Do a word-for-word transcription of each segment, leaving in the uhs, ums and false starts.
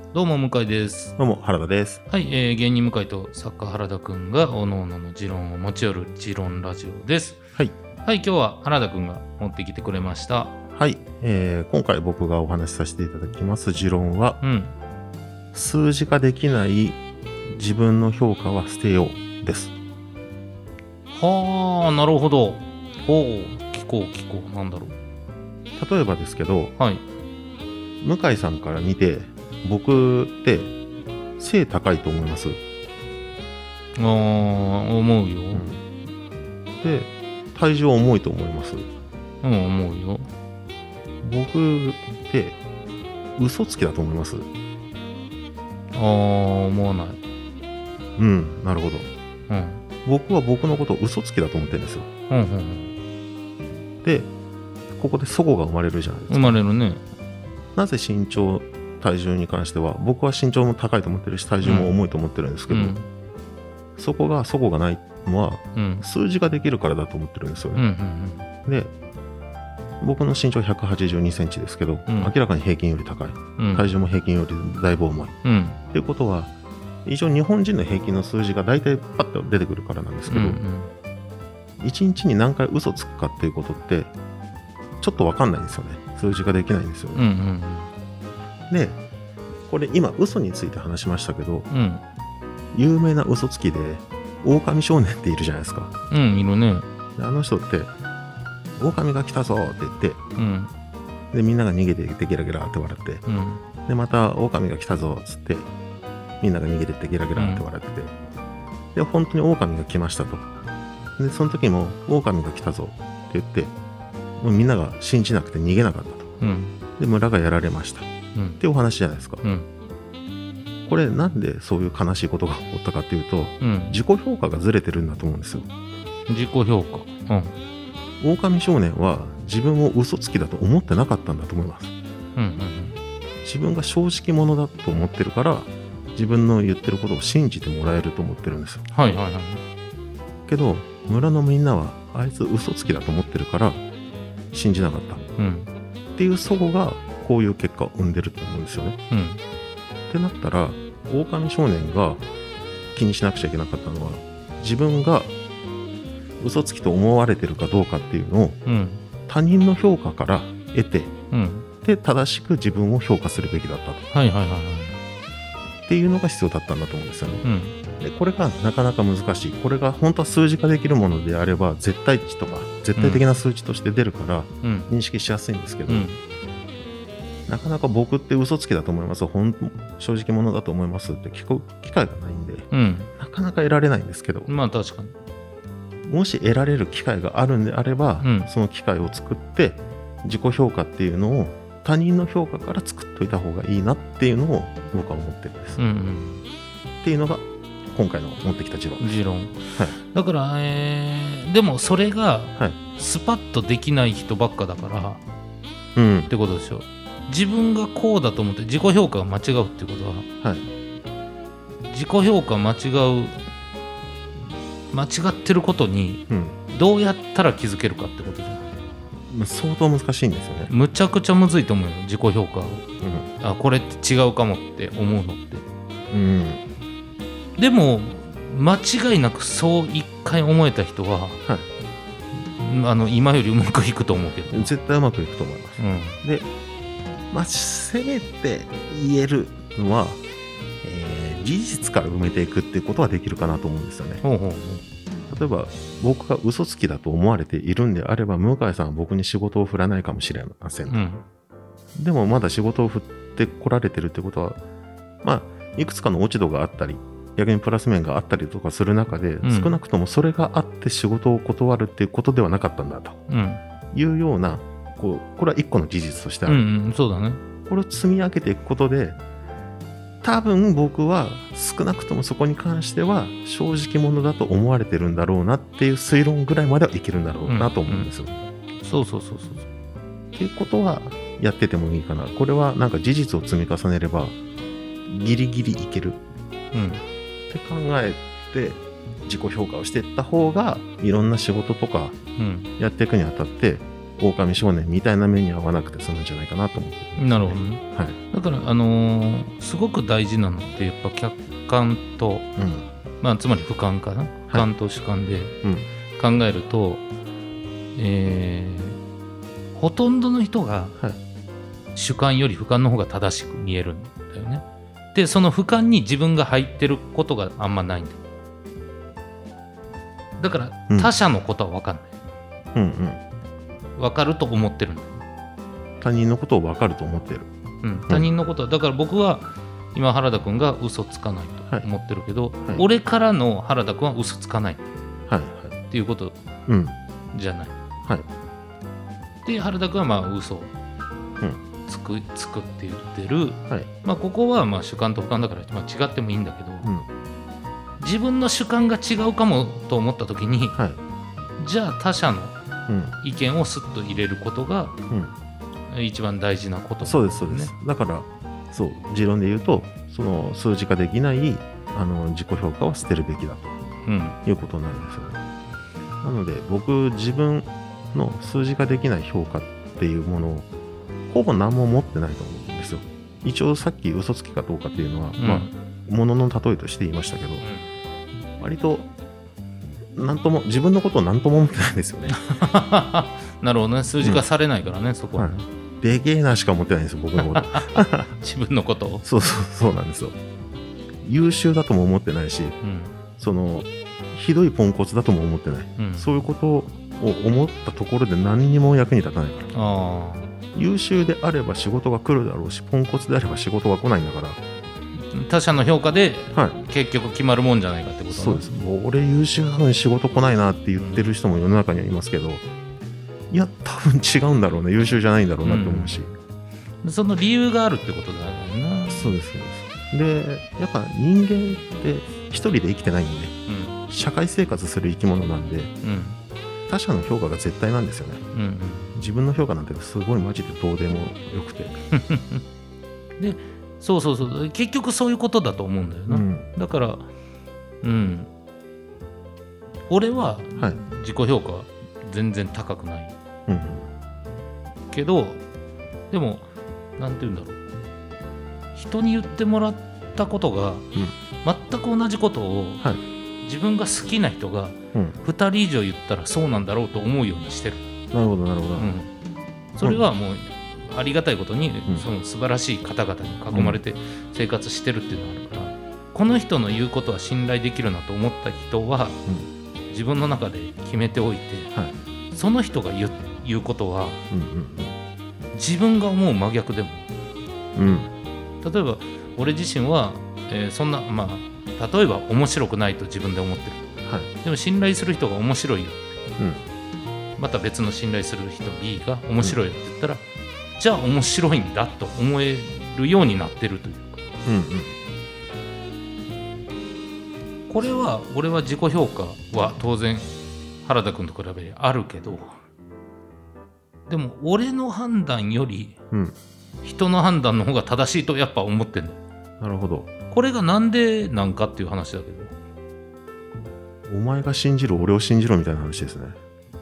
どうも向井です。 どうも原田です。 はい、えー、芸人向井と作家原田くんがおのおのの持論を持ち寄る持論ラジオです。 はいはい、今日は原田くんが持ってきてくれました。 はい、えー、今回僕がお話しさせていただきます持論は、うん、数字化できない自分の評価は捨てようです。 はあ、なるほど。ほう、聞こう聞こう。なんだろう。 例えばですけど、 はい、 向井さんから見て僕って背高いと思います？ ああ、思うよ、うん、 で体重は重いと思います？ うん、思うよ。 僕って嘘つきだと思います？ ああ、思わない。 うん、なるほど、うん、僕は僕のことを嘘つきだと思ってるんですよ、うんうんうん、でここで齟齬が生まれるじゃないですか。 生まれるね。 なぜ身長体重に関しては僕は身長も高いと思ってるし体重も重いと思ってるんですけど、うん、そこが齟齬がないのは、うん、数字ができるからだと思ってるんですよね、うんうんうん、で僕の身長ひゃくはちじゅうにセンチですけど、うん、明らかに平均より高い、うん、体重も平均よりだいぶ重い、うん、っていうことは一応日本人の平均の数字が大体パッと出てくるからなんですけど、うんうん、いちにちに何回嘘つくかっていうことってちょっと分かんないんですよね。数字ができないんですよね、うんうんうん、でこれ今嘘について話しましたけど、うん、有名な嘘つきで狼少年っているじゃないですか。 うん、いるね。 であの人って狼が来たぞって言って、うん、でみんなが逃げていってゲラゲラって笑って、うん、でまた狼が来たぞっつってみんなが逃げていってゲラゲラって笑ってて、うん、で本当に狼が来ましたと。でその時も狼が来たぞって言ってもうみんなが信じなくて逃げなかったと、うん、で村がやられました、うん、っていうお話じゃないですか、うん、これなんでそういう悲しいことが起こったかっていうと、うん、自己評価がずれてるんだと思うんですよ。 自己評価、 うん、狼少年は自分を嘘つきだと思ってなかったんだと思います、うんうんうん、自分が正直者だと思ってるから自分の言ってることを信じてもらえると思ってるんですよ。 はいはいはい。 けど村のみんなはあいつ嘘つきだと思ってるから信じなかった、うん、っていう齟齬がこういう結果を生んでると思うんですよね、うん、ってなったら狼少年が気にしなくちゃいけなかったのは自分が嘘つきと思われてるかどうかっていうのを、うん、他人の評価から得て、うん、で正しく自分を評価するべきだったと、はいはいはいはい、っていうのが必要だったんだと思うんですよね、うん、でこれがなかなか難しい。これが本当は数字化できるものであれば絶対値とか絶対的な数値として出るから認識しやすいんですけど、うん、なかなか僕って嘘つきだと思います、ほん正直者だと思いますって聞く機会がないんで、うん、なかなか得られないんですけど、 まあ確かにもし得られる機会があるんであれば、うん、その機会を作って自己評価っていうのを他人の評価から作っといた方がいいなっていうのを僕は思ってるんです、うんうん、っていうのが今回の持ってきた持論です。 持論、はい、だから、えー、でもそれがスパッとできない人ばっかだから、うん、ってことでしょ。自分がこうだと思って自己評価が間違うっていうことは、はい、自己評価間違う間違ってることにどうやったら気づけるかってことじゃない、 まあ、相当難しいんですよね。 むちゃくちゃむずいと思うよ自己評価を、うん、あこれって違うかもって思うのって、うん、でも間違いなくそう一回思えた人は、はい、あの今よりうまくいくと思うけど絶対うまくいくと思います、うん、で、まあ、せめて言えるのは、えー、事実から埋めていくっていうことはできるかなと思うんですよね。ほうほうほう。例えば僕が嘘つきだと思われているんであれば向井さんは僕に仕事を振らないかもしれません、うん、でもまだ仕事を振ってこられてるってことはまあいくつかの落ち度があったり逆にプラス面があったりとかする中で、うん、少なくともそれがあって仕事を断るっていうことではなかったんだと、うん、いうようなこうこれは一個の事実としてある、うんうん、そうだね。これを積み上げていくことで多分僕は少なくともそこに関しては正直者だと思われてるんだろうなっていう推論ぐらいまではいけるんだろうなと思うんですよ、うんうん、そうそうそうそうっていうことはやっててもいいかな。これはなんか事実を積み重ねればギリギリいける、うん、って考えて自己評価をしていった方がいろんな仕事とかやっていくにあたって狼少年みたいな目に遭わなくて済むんじゃないかなと思ってる、ね、 なるほどね、はい、だからあのー、すごく大事なのってやっぱ客観と、うんまあ、つまり俯瞰かな、俯瞰と主観で考えると、はいえー、ほとんどの人が主観より俯瞰の方が正しく見えるんだよね。でその俯瞰に自分が入ってることがあんまないんだよ。だから他者のことは分かんない、うんうんうん、分かると思ってるんだよ。 他人のことを分かると思ってる、 うん、他人のことはだから僕は今原田くんが嘘つかないと思ってるけど、はいはい、俺からの原田くんは嘘つかない、はいはい、っていうことじゃない、うんはい、で原田くんはまあ嘘をつく、うん、つくって言ってる、はいまあ、ここはまあ主観と俯瞰だから、まあ、違ってもいいんだけど、うん、自分の主観が違うかもと思った時に、はい、じゃあ他者の意見をスッと入れることが、うん、一番大事なこと、ね、 そうですそうです。だからそう持論で言うとその数字化できないあの自己評価は捨てるべきだと、うん、いうことになるんですよね。なので僕自分の数字化できない評価っていうものをほぼ何も持ってないと思うんですよ。一応さっき嘘つきかどうかっていうのは、うんまあ、ものの例えとして言いましたけど、うん、割と何とも自分のことを何とも思ってないんですよね。 なるほどね。数字化されないからね、うん、そこはね、はい、 でけえなしか思ってないんですよ僕のこと自分のことをそうそうそうなんですよ。優秀だとも思ってないし、うん、そのひどいポンコツだとも思ってない、うん、そういうことを思ったところで何にも役に立たないから。あ優秀であれば仕事が来るだろうしポンコツであれば仕事が来ないんだから他者の評価で結局決まるもんじゃないかってこと、ねはい、 そうです。もう俺優秀なのに仕事来ないなって言ってる人も世の中にはいますけど、いや多分違うんだろうね優秀じゃないんだろうなって思うし、 うん、その理由があるってことだよな。 そうですそうです。でやっぱ人間って一人で生きてないんで、うん、社会生活する生き物なんで、うん、他者の評価が絶対なんですよね、うんうん、自分の評価なんてすごいマジでどうでもよくてでそうそうそう結局そういうことだと思うんだよな、うん、だからうん俺は自己評価全然高くない、はい、けどでもなんて言うんだろう人に言ってもらったことが、うん、全く同じことを、はい、自分が好きな人がふたり以上言ったらそうなんだろうと思うようにしてる。 なるほどなるほど、うん、 それはもうありがたいことに、うん、その素晴らしい方々に囲まれて生活してるっていうのがあるから、うん、この人の言うことは信頼できるなと思った人は、うん、自分の中で決めておいて、はい、その人が 言, 言うことは、うんうん、自分が思う真逆でも、うん、例えば俺自身は、えー、そんなまあ例えば面白くないと自分で思ってる、はい、でも信頼する人が面白いよって、うん、また別の信頼する人 B が面白いよって言ったら、うん、じゃあ面白いんだと思えるようになってるというか、うんうん、これは俺は自己評価は当然原田君と比べてあるけど、でも俺の判断より人の判断の方が正しいとやっぱ思ってんだよ。 なるほど。 これがなんでなんかっていう話だけど、お前が信じる俺を信じろみたいな話ですね。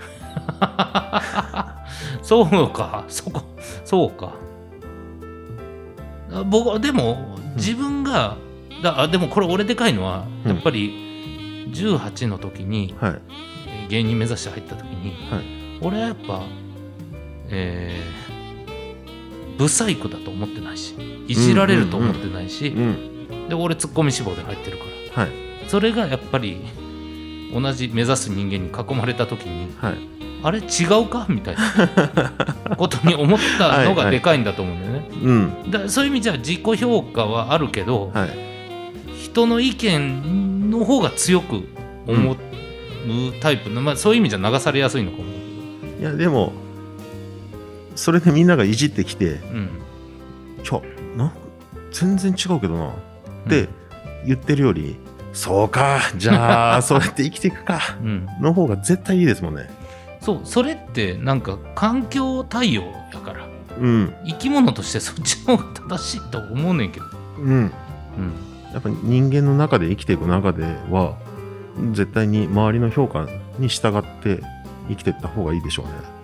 そうか、そこ、そうか。僕でも自分が、うん、だでもこれ俺でかいのはやっぱりじゅうはちの時に、うんはい、芸人目指して入った時に、はい、俺はやっぱ、えー、ブサイクだと思ってないし、いじられると思ってないし、うんうんうん、で俺ツッコミ志望で入ってるから、はい、それがやっぱり同じ目指す人間に囲まれた時に、はい、あれ違うかみたいなことに思ったのがでかいんだと思うんだよね。はいはいうん、だそういう意味じゃ自己評価はあるけど、はい、人の意見の方が強く思うタイプの、まあ、そういう意味じゃ流されやすいのかも。 いやでもそれでみんながいじってきて、うん、いやなんか全然違うけどなって言ってるより、うん、そうかじゃあそうやって生きていくかの方が絶対いいですもんね。 そうそれってなんか環境対応やから、うん、生き物としてそっちの方が正しいと思うねんけど、うんうん、 やっぱり人間の中で生きていく中では絶対に周りの評価に従って生きていった方がいいでしょうね。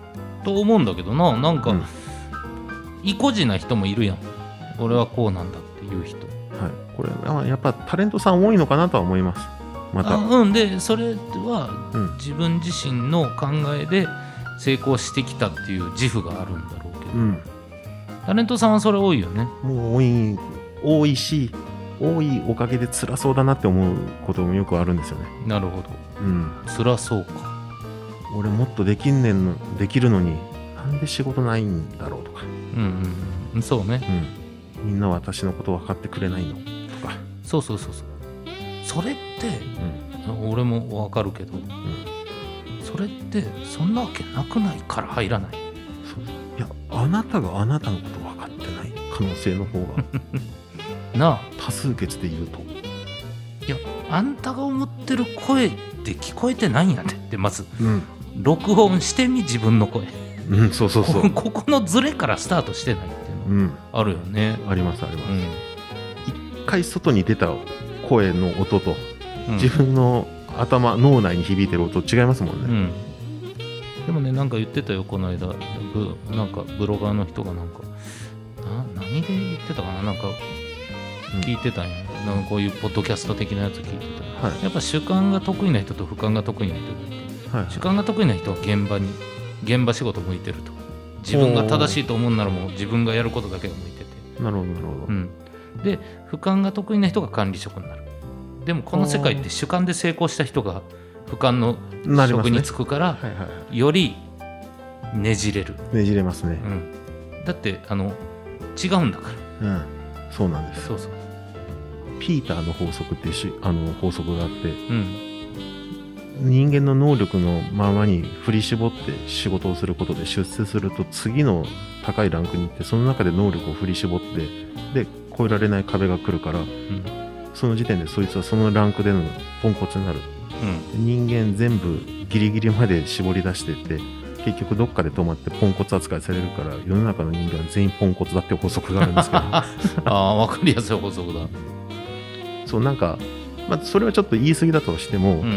と思うんだけどな。なんか、 うん、 意固地な人もいるやん。俺はこうなんだっていう人。 はい、これはやっぱタレントさん多いのかなとは思います。また。 うん、でそれは、うん、自分自身の考えで成功してきたっていう自負があるんだろうけど、うん、タレントさんはそれ多いよね。 もう多い多いし、多いおかげで辛そうだなって思うこともよくあるんですよね。 なるほど、うん、辛そうか。 俺もっとできんねんのできるのになんで仕事ないんだろうとか、 うんうん、そうね、 うん、みんな私のこと分かってくれないのとか。 そうそうそうそう。それって、うん、俺も分かるけど、うん、それってそんなわけなくないから入らない。 そういや、あなたがあなたのこと分かってない可能性の方がなあ、 多数決で言うと、 いや、あんたが思ってる声って聞こえてないんやでってまず、うん、録音してみ、自分の声、 うん、そうそうそう、 ここのズレからスタートしてないっていうのあるよね、 うん、ありますあります、うん、一回外に出た声の音と、うん、自分の頭脳内に響いてる音違いますもんね、うん、 でもね、なんか言ってたよこの間、ブなんかブロガーの人がなんかな何で言ってたかな、なんか聞いてたんや、うん、なんかこういうポッドキャスト的なやつ聞いてた、はい、やっぱ主観が得意な人と俯瞰が得意な人で、はい、主観が得意な人は現場に現場仕事向いてると、自分が正しいと思うならもう自分がやることだけが向いてて、 なるほどなるほど、うん、 で俯瞰が得意な人が管理職になる。でもこの世界って主観で成功した人が俯瞰の職に就くから、ね、はいはい、よりねじれるねじれますね、 うん、だってあの違うんだから、うん、 そうなんです。 そうそう、 ピーターの法則ってしあの法則があって、うん、人間の能力のままに振り絞って仕事をすることで出世すると次の高いランクに行って、その中で能力を振り絞ってで越えられない壁が来るから、うん、その時点でそいつはそのランクでのポンコツになる、うん、人間全部ギリギリまで絞り出していって結局どっかで止まってポンコツ扱いされるから、世の中の人間は全員ポンコツだっていう法則があるんですけどああ、分かりやすい法則だ。 そう、なんか、まあ、それはちょっと言い過ぎだとしても、うん、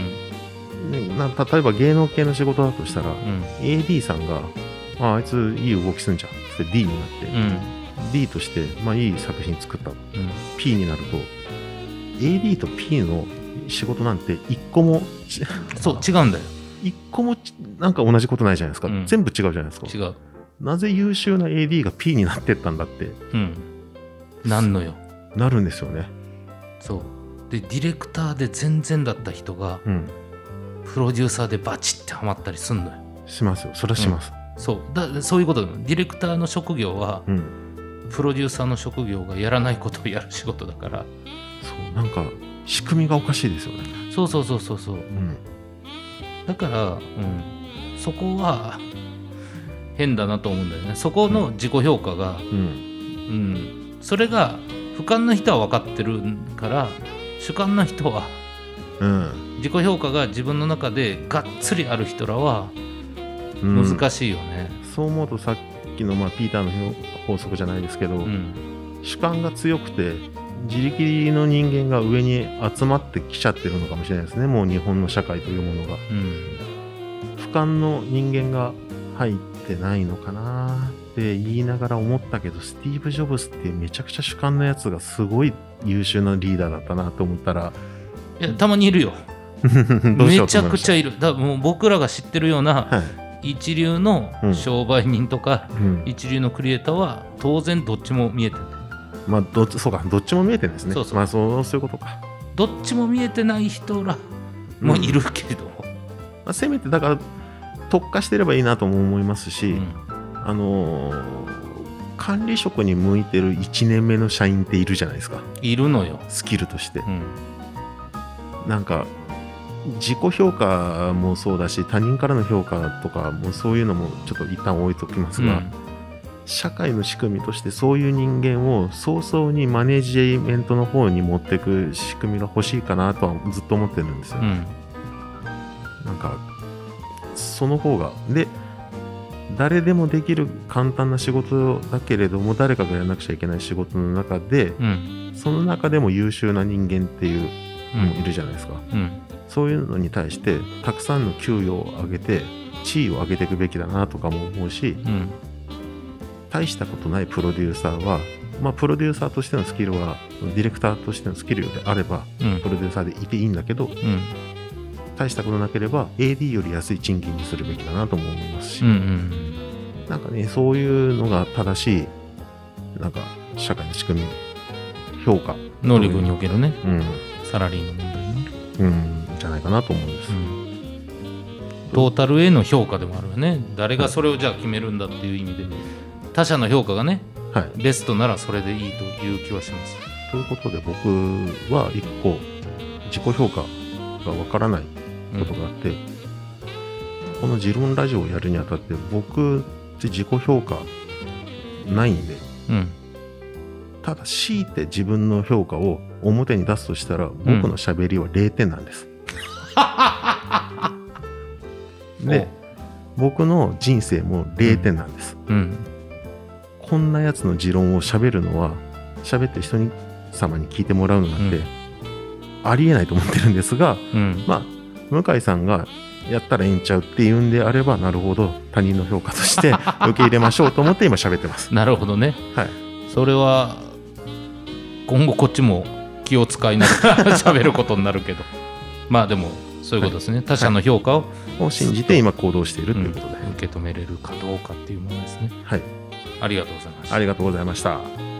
ね、な例えば芸能系の仕事だとしたら、うん、エーディー さんが あ, あいついい動きすんじゃんって ディー になって、うん、ディー として、まあ、いい作品作った、うん、ピー になると エーディー と ピー の仕事なんて一個もそう違うんだよ。 一個もなんか同じことないじゃないですか、うん、全部違うじゃないですか。 違う。 なぜ優秀な エーディー が P になってったんだって、うん、 なんのよなるんですよね。 そうで、ディレクターで全然だった人が、うん、プロデューサーでバチってハマったりすんのよ。 しますよ、それはします、 うん、そうだ、そういうことだ。ディレクターの職業は、うん、プロデューサーの職業がやらないことをやる仕事だから。 そうなんか仕組みがおかしいですよね。 そうそうそうそうそう、うん、だから、うん、そこは変だなと思うんだよね。そこの自己評価が、うんうん、それが俯瞰の人は分かってるから主観の人は、うん、自己評価が自分の中でがっつりある人らは難しいよね、 うん、そう思うとさっきの、まあ、ピーターの法則じゃないですけど、うん、主観が強くて自力の人間が上に集まってきちゃってるのかもしれないですね。もう日本の社会というものが、うん、俯瞰の人間が入ってないのかなって言いながら思ったけど、スティーブ・ジョブスってめちゃくちゃ主観のやつがすごい優秀なリーダーだったなと思ったら、 いやたまにいるよめちゃくちゃいる。だからもう僕らが知ってるような、はい、一流の商売人とか、うん、一流のクリエイターは当然どっちも見えてる。 まあ、どっちそうかどっちも見えてるんですね。 そうそう、 まあ、そうそういうことか。 どっちも見えてない人らもいるけれども、うん、まあ、せめてだから特化してればいいなとも思いますし、うん、あのー、管理職に向いてるいちねんめの社員っているじゃないですか。 いるのよ、 スキルとして、うん、なんか自己評価もそうだし他人からの評価とかもそういうのもちょっと一旦置いときますが、うん、社会の仕組みとしてそういう人間を早々にマネジメントの方に持っていく仕組みが欲しいかなとはずっと思ってるんですよ、うん、なんかその方がで誰でもできる簡単な仕事だけれども誰かがやらなくちゃいけない仕事の中で、うん、その中でも優秀な人間っていうのもいるじゃないですか、うんうん、そういうのに対してたくさんの給与を上げて地位を上げていくべきだなとかも思うし、うん、大したことないプロデューサーは、まあ、プロデューサーとしてのスキルはディレクターとしてのスキルであれば、うん、プロデューサーでいていいんだけど、うん、大したことなければ エーディー より安い賃金にするべきだなとも思いますし、うんうん、なんかねそういうのが正しいなんか社会の仕組み評価能力におけるね、うん、サラリーの問題ね、 うん、じゃないかなと思うんです、うん、 トータルへの評価でもあるよね。誰がそれをじゃあ決めるんだっていう意味で、はい、他者の評価がね、はい、ベストならそれでいいという気はします。 ということで僕は一個自己評価がわからないことがあって、うん、この持論ラジオをやるにあたって僕って自己評価ないんで、うん、ただ強いて自分の評価を表に出すとしたら僕の喋りはれいてんなんです、うん、で僕の人生もれいてんなんです、うんうん、こんなやつの持論を喋るのは喋って人に様に聞いてもらうのなんて、うん、ありえないと思ってるんですが、うん、まあ向井さんがやったらええんちゃうっていうんであればなるほど他人の評価として受け入れましょうと思って今喋ってますなるほどね、はい、それは今後こっちも気を使いながら喋ることになるけどまあでもそういうことですね、はい、他者の評価を、 はい、を信じて今行動しているということで、 うん、受け止めれるかどうかっていうものですね。 はい、 ありがとうございました。 ありがとうございました。